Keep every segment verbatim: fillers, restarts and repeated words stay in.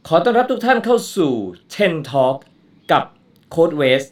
ขอต้อนรับทุกท่านเข้าสู่ เท็น Talk กับโค้ชเวส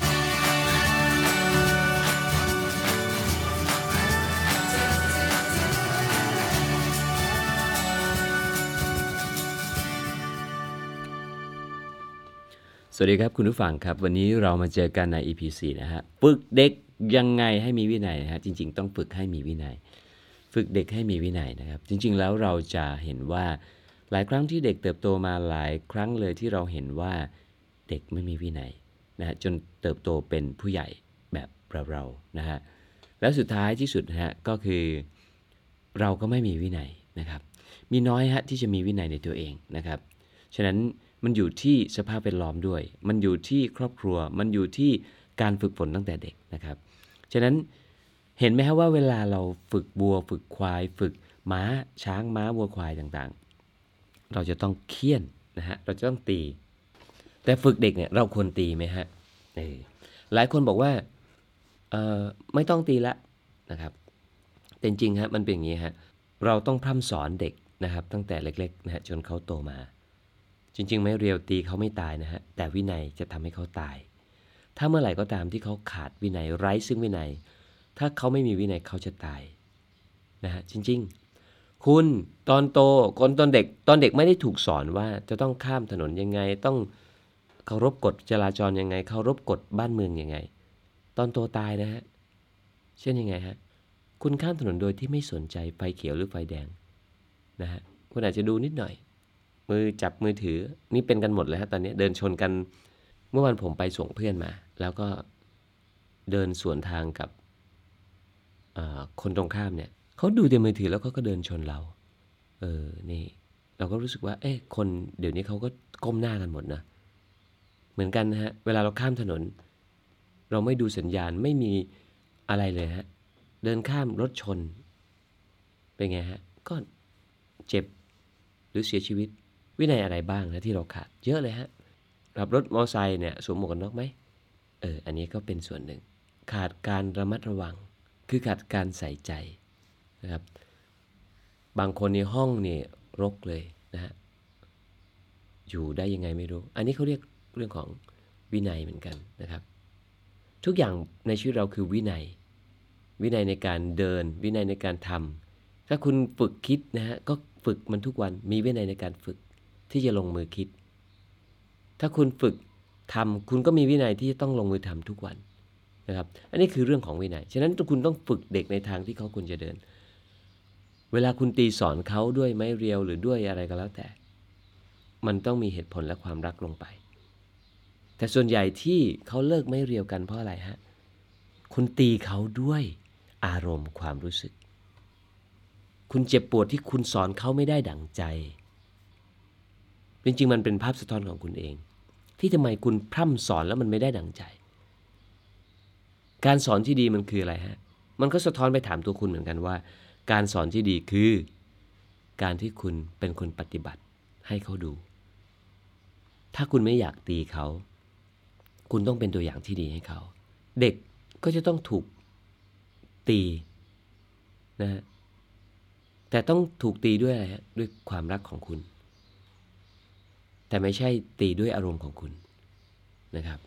สวัสดีครับคุณผู้ฟังครับวันนี้เรามาเจอกันใน อี พี สี่ นะฮะฝึกเด็กยังไงให้มีวินัยนะฮะจริงๆต้องฝึกให้มีวินัยฝึกเด็กให้มีวินัยนะครับจริงๆแล้วเราจะเห็นว่าหลายครั้งที่เด็กเติบโตมาหลายครั้งเลยที่เราเห็นว่าเด็กไม่มีวินัยนะฮะจนเติบโตเป็นผู้ใหญ่แบบเราๆนะฮะแล้วสุดท้ายที่สุดนะฮะก็คือเราก็ไม่มีวินัยนะครับมีน้อยฮะที่จะมีวินัยในตัวเองนะครับฉะนั้นมันอยู่ที่สภาพแวดล้อมด้วยมันอยู่ที่ครอบครัวมันอยู่ที่การฝึกฝนตั้งแต่เด็กนะครับฉะนั้นเห็นไหมครับว่าเวลาเราฝึกวัวฝึกควายฝึกม้าช้างม้าวัวควายต่างๆเราจะต้องเคี่ยนนะฮะเราจะต้องตีแต่ฝึกเด็กเนี่ยเราควรตีไหมฮะหลายคนบอกว่าเอ่อไม่ต้องตีละนะครับแต่จริงๆฮะมันเป็นอย่างนี้ฮะเราต้องพร่ำสอนเด็กนะครับตั้งแต่เล็กๆนะฮะจนเขาโตมาจริงๆไม่เรียวตีเขาไม่ตายนะฮะแต่วินัยจะทำให้เขาตายถ้าเมื่อไหร่ก็ตามที่เขาขาดวินัยไร้ซึ่งวินัยถ้าเขาไม่มีวินัยเขาจะตายนะฮะจริงๆคุณตอนโตคนตอนเด็กตอนเด็กไม่ได้ถูกสอนว่าจะต้องข้ามถนนยังไงต้องเคารพกฎจราจรยังไงเคารพกฎบ้านเมืองยังไงตอนโตตายนะฮะเช่นยังไงฮะคุณข้ามถนนโดยที่ไม่สนใจไฟเขียวหรือไฟแดงนะฮะคุณอาจจะดูนิดหน่อยมือจับมือถือนี่เป็นกันหมดเลยฮะตอนนี้เดินชนกันเมื่อวันผมไปส่งเพื่อนมาแล้วก็เดินสวนทางกับคนตรงข้ามเนี่ยเขาดูแต่มือถือแล้วเขาก็เดินชนเราเออนี่เราก็รู้สึกว่าเอ๊ะคนเดี๋ยวนี้เขาก็ก้มหน้ากันหมดนะเหมือนกันนะฮะเวลาเราข้ามถนนเราไม่ดูสัญญาณไม่มีอะไรเลยฮะเดินข้ามรถชนเป็นไงฮะก็เจ็บหรือเสียชีวิตวินัยอะไรบ้างนะที่เราขาดเยอะเลยฮะขับรถมอเตอร์ไซค์เนี่ยสวมหมวกกันน็อกไหมเอออันนี้ก็เป็นส่วนหนึ่งขาดการระมัดระวังคือขาดการใส่ใจนะครับบางคนในห้องเนี่ยรกเลยนะฮะอยู่ได้ยังไงไม่รู้อันนี้เขาเรียกเรื่องของวินัยเหมือนกันนะครับทุกอย่างในชีวิตเราคือวินัยวินัยในการเดินวินัยในการทำถ้าคุณฝึกคิดนะฮะก็ฝึกมันทุกวันมีวินัยในการฝึกที่จะลงมือคิดถ้าคุณฝึกทำคุณก็มีวินัยที่จะต้องลงมือทำทุกวันนะครับอันนี้คือเรื่องของวินัยฉะนั้นคุณต้องฝึกเด็กในทางที่เขาควรจะเดินเวลาคุณตีสอนเขาด้วยไม้เรียวหรือด้วยอะไรก็แล้วแต่มันต้องมีเหตุผลและความรักลงไปแต่ส่วนใหญ่ที่เขาเลิกไม้เรียวกันเพราะอะไรฮะคุณตีเขาด้วยอารมณ์ความรู้สึกคุณเจ็บปวดที่คุณสอนเขาไม่ได้ดั่งใจจริงๆมันเป็นภาพสะท้อนของคุณเองที่ทำไมคุณพร่ำสอนแล้วมันไม่ได้ดั่งใจการสอนที่ดีมันคืออะไรฮะมันก็สะท้อนไปถามตัวคุณเหมือนกันว่าการสอนที่ดีคือการที่คุณเป็นคนปฏิบัติให้เขาดูถ้าคุณไม่อยากตีเขาคุณต้องเป็นตัวอย่างที่ดีให้เขาเด็กก็จะต้องถูกตีนะแต่ต้องถูกตีด้วยอะไรฮะด้วยความรักของคุณแต่ไม่ใช่ตีด้วยอารมณ์ของคุณนะครับ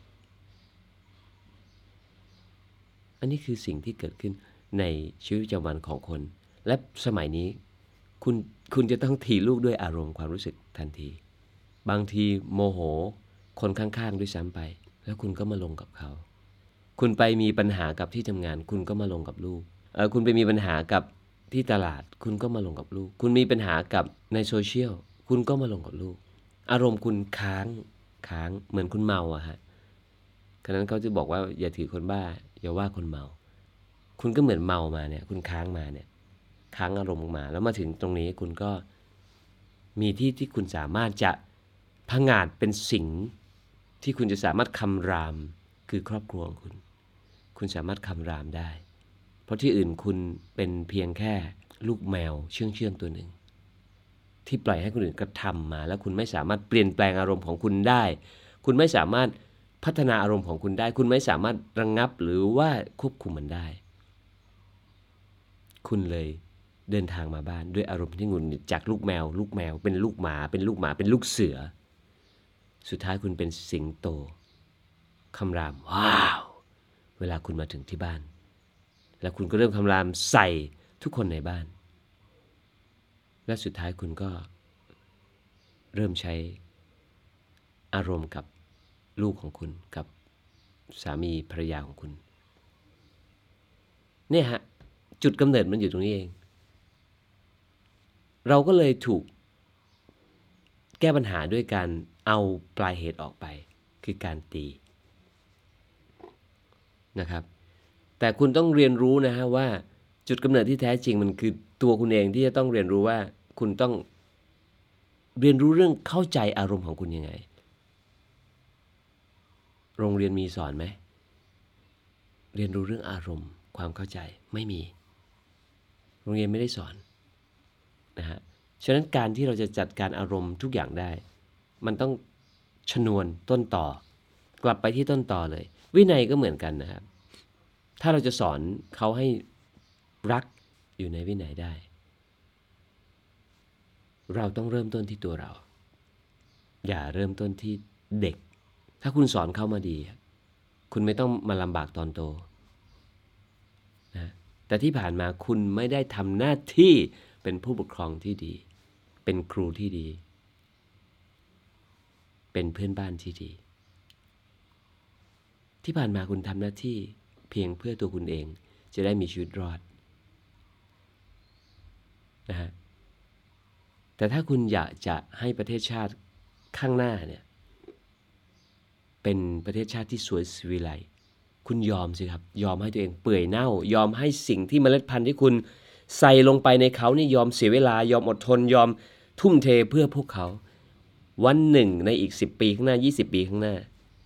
อันนี้คือสิ่งที่เกิดขึ้นในชีวิตประจำวันของคนและสมัยนี้คุณคุณจะต้องตีลูกด้วยอารมณ์ความรู้สึกทันทีบางทีโมโหคนข้างๆด้วยซ้ำไปแล้วคุณก็มาลงกับเขาคุณไปมีปัญหากับที่ทำงานคุณก็มาลงกับลูกเออคุณไปมีปัญหากับที่ตลาดคุณก็มาลงกับลูกคุณมีปัญหากับในโซเชียลคุณก็มาลงกับลูกอารมณ์คุณค้างค้างเหมือนคุณเมาอะฮะฉะนั้นเขาจะบอกว่าอย่าถือคนบ้าอย่าว่าคนเมาคุณก็เหมือนเมามาเนี่ยคุณค้างมาเนี่ยค้างอารมณ์มาแล้วมาถึงตรงนี้คุณก็มีที่ที่คุณสามารถจะผงาดเป็นสิ่งที่คุณจะสามารถคำรามคือครอบครัวของคุณคุณสามารถคำรามได้เพราะที่อื่นคุณเป็นเพียงแค่ลูกแมวเชื่องเชื่องตัวหนึ่งที่ปล่อยให้คนอื่นกระทำมาแล้วคุณไม่สามารถเปลี่ยนแปลงอารมณ์ของคุณได้คุณไม่สามารถพัฒนาอารมณ์ของคุณได้คุณไม่สามารถระงับหรือว่าควบคุมมันได้คุณเลยเดินทางมาบ้านด้วยอารมณ์ที่หงุดหงิดจากลูกแมวลูกแมวเป็นลูกหมาเป็นลูกหมาเป็นลูกเสือสุดท้ายคุณเป็นสิงโตคำรามว้าวเวลาคุณมาถึงที่บ้านแล้วคุณก็เริ่มคำรามใส่ทุกคนในบ้านและสุดท้ายคุณก็เริ่มใช้อารมณ์กับลูกของคุณกับสามีภรรยาของคุณเนี่ยฮะจุดกำเนิดมันอยู่ตรงนี้เองเราก็เลยถูกแก้ปัญหาด้วยการเอาปลายเหตุออกไปคือการตีนะครับแต่คุณต้องเรียนรู้นะฮะว่าจุดกำเนิดที่แท้จริงมันคือตัวคุณเองที่จะต้องเรียนรู้ว่าคุณต้องเรียนรู้เรื่องเข้าใจอารมณ์ของคุณยังไงโรงเรียนมีสอนไหมเรียนรู้เรื่องอารมณ์ความเข้าใจไม่มีโรงเรียนไม่ได้สอนนะฮะฉะนั้นการที่เราจะจัดการอารมณ์ทุกอย่างได้มันต้องชนวนต้นต่อกลับไปที่ต้นต่อเลยวินัยก็เหมือนกันนะครับถ้าเราจะสอนเขาให้รักอยู่ในวินัยได้เราต้องเริ่มต้นที่ตัวเราอย่าเริ่มต้นที่เด็กถ้าคุณสอนเขามาดีคุณไม่ต้องมาลำบากตอนโตนะแต่ที่ผ่านมาคุณไม่ได้ทำหน้าที่เป็นผู้ปกครองที่ดีเป็นครูที่ดีเป็นเพื่อนบ้านที่ดีที่ผ่านมาคุณทำหน้าที่เพียงเพื่อตัวคุณเองจะได้มีชีวิตรอดนะฮะแต่ถ้าคุณอยากจะให้ประเทศชาติข้างหน้าเนี่ยเป็นประเทศชาติที่สวยสิวิไลคุณยอมสิครับยอมให้ตัวเองเปื่อยเน่ายอมให้สิ่งที่เมล็ดพันธุ์ที่คุณใส่ลงไปในเขานี่ยอมเสียเวลายอมอดทนยอมทุ่มเทเพื่อพวกเขาวันหนึ่งในอีกสิบปีข้างหน้ายี่สิบปีข้างหน้า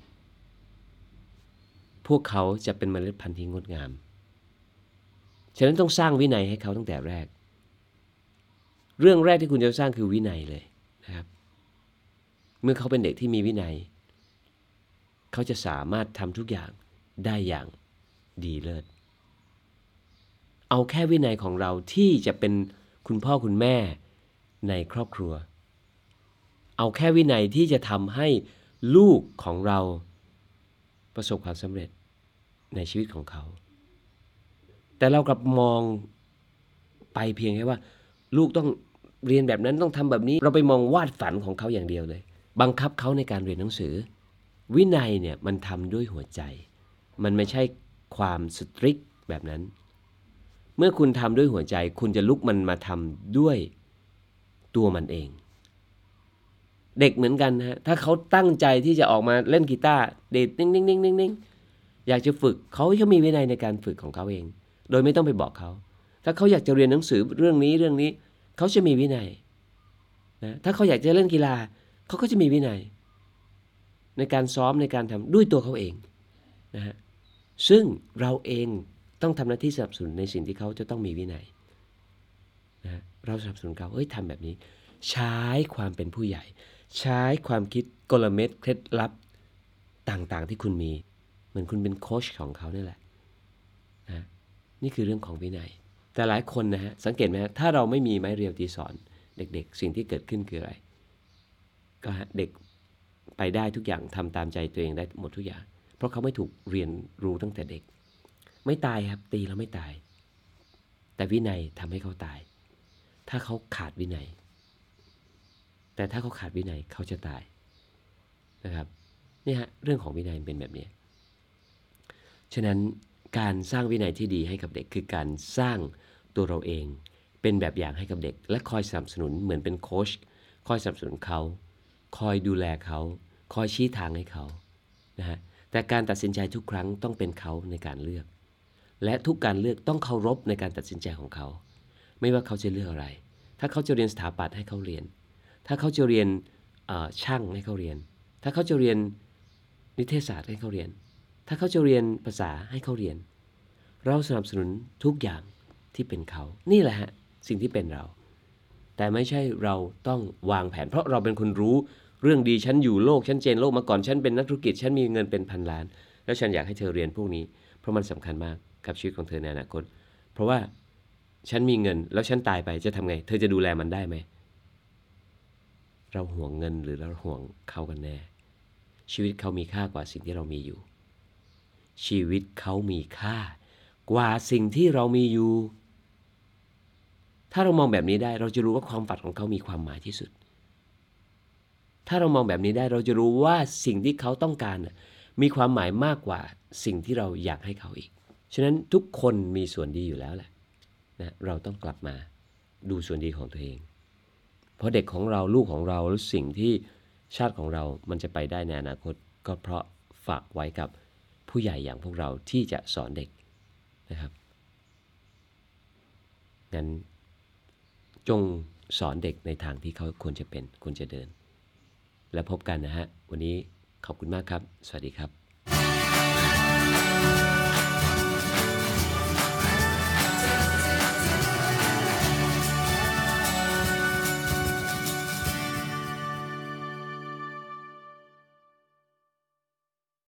พวกเขาจะเป็นเมล็ดพันธุ์ที่งดงามฉะนั้นต้องสร้างวินัยให้เขาตั้งแต่แรกเรื่องแรกที่คุณจะสร้างคือวินัยเลยนะครับเมื่อเขาเป็นเด็กที่มีวินัยเขาจะสามารถทำทุกอย่างได้อย่างดีเลิศเอาแค่วินัยของเราที่จะเป็นคุณพ่อคุณแม่ในครอบครัวเอาแค่วินัยที่จะทำให้ลูกของเราประสบความสำเร็จในชีวิตของเขาแต่เรากลับมองไปเพียงแค่ว่าลูกต้องเรียนแบบนั้นต้องทำแบบนี้เราไปมองวาดฝันของเขาอย่างเดียวเลยบังคับเขาในการเรียนหนังสือวินัยเนี่ยมันทำด้วยหัวใจมันไม่ใช่ความสตริกแบบนั้นเมื่อคุณทำด้วยหัวใจคุณจะลุกมันมาทำด้วยตัวมันเองเด็กเหมือนกันฮะถ้าเขาตั้งใจที่จะออกมาเล่นกีตาร์เดดนิ่งๆๆๆอยากจะฝึกเขาเขามีวินัยในการฝึกของเขาเองโดยไม่ต้องไปบอกเขาถ้าเขาอยากจะเรียนหนังสือเรื่องนี้เรื่องนี้เขาจะมีวินัยนะถ้าเขาอยากจะเล่นกีฬาเขาก็จะมีวินัยในการซ้อมในการทำด้วยตัวเขาเองนะฮะซึ่งเราเองต้องทำหน้าที่สนับสนุนในสิ่งที่เขาจะต้องมีวินัยนะเราสนับสนุนเขาเอ้ยทำแบบนี้ใช้ความเป็นผู้ใหญ่ใช้ความคิดกลเม็ดเคล็ดลับต่างๆที่คุณมีเหมือนคุณเป็นโค้ชของเขานี่แหละนะนี่คือเรื่องของวินัยแต่หลายคนนะฮะสังเกตไหมฮะถ้าเราไม่มีไม้เรียวตีสอนเด็กๆสิ่งที่เกิดขึ้นคืออะไรก็เด็กไปได้ทุกอย่างทำตามใจตัวเองได้หมดทุกอย่างเพราะเขาไม่ถูกเรียนรู้ตั้งแต่เด็กไม่ตายครับตีแล้วไม่ตายแต่วินัยทำให้เขาตายถ้าเขาขาดวินัยแต่ถ้าเขาขาดวินัยเขาจะตายนะครับนี่ฮะเรื่องของวินัยเป็นแบบนี้ฉะนั้นการสร้างวินัยที่ดีให้กับเด็กคือการสร้างตัวเราเองเป็นแบบอย่างให้กับเด็กและคอยสนับสนุนเหมือนเป็นโค้ชคอยสนับสนุนเขาคอยดูแลเขาคอยชี้ทางให้เขานะฮะแต่การตัดสินใจทุกครั้งต้องเป็นเขาในการเลือกและทุกการเลือกต้องเคารพในการตัดสินใจของเขาไม่ว่าเขาจะเลือกอะไรถ้าเขาจะเรียนสถาปัตย์ให้เขาเรียนถ้าเขาจะเรียนช่างให้เขาเรียนถ้าเขาจะเรียนนิเทศศาสตร์ให้เขาเรียนถ้าเขาจะเรียนภาษาให้เขาเรียนเราสนับสนุนทุกอย่างที่เป็นเขานี่แหละฮะสิ่งที่เป็นเราแต่ไม่ใช่เราต้องวางแผนเพราะเราเป็นคนรู้เรื่องดีฉันอยู่โลกฉันเจนโลกมาก่อนฉันเป็นนักธุรกิจฉันมีเงินเป็นพันล้านแล้วฉันอยากให้เธอเรียนพวกนี้เพราะมันสำคัญมากกับชีวิตของเธอในอนาคตเพราะว่าฉันมีเงินแล้วฉันตายไปจะทำไงเธอจะดูแลมันได้ไหมเราห่วงเงินหรือเราห่วงเขากันแน่ชีวิตเขามีค่ากว่าสิ่งที่เรามีอยู่ชีวิตเขามีค่ากว่าสิ่งที่เรามีอยู่ถ้าเรามองแบบนี้ได้เราจะรู้ว่าความฝันของเขามีความหมายที่สุดถ้าเรามองแบบนี้ได้เราจะรู้ว่าสิ่งที่เขาต้องการมีความหมายมากกว่าสิ่งที่เราอยากให้เขาอีกฉะนั้นทุกคนมีส่วนดีอยู่แล้วแหละนะเราต้องกลับมาดูส่วนดีของตัวเองเพราะเด็กของเราลูกของเราหรือสิ่งที่ชาติของเรามันจะไปได้ในอนาคตก็เพราะฝากไว้กับผู้ใหญ่อย่างพวกเราที่จะสอนเด็กนะครับงั้นจงสอนเด็กในทางที่เขาควรจะเป็นควรจะเดินแล้วพบกันนะฮะวันนี้ขอบคุณมากครับสวัสดีครับ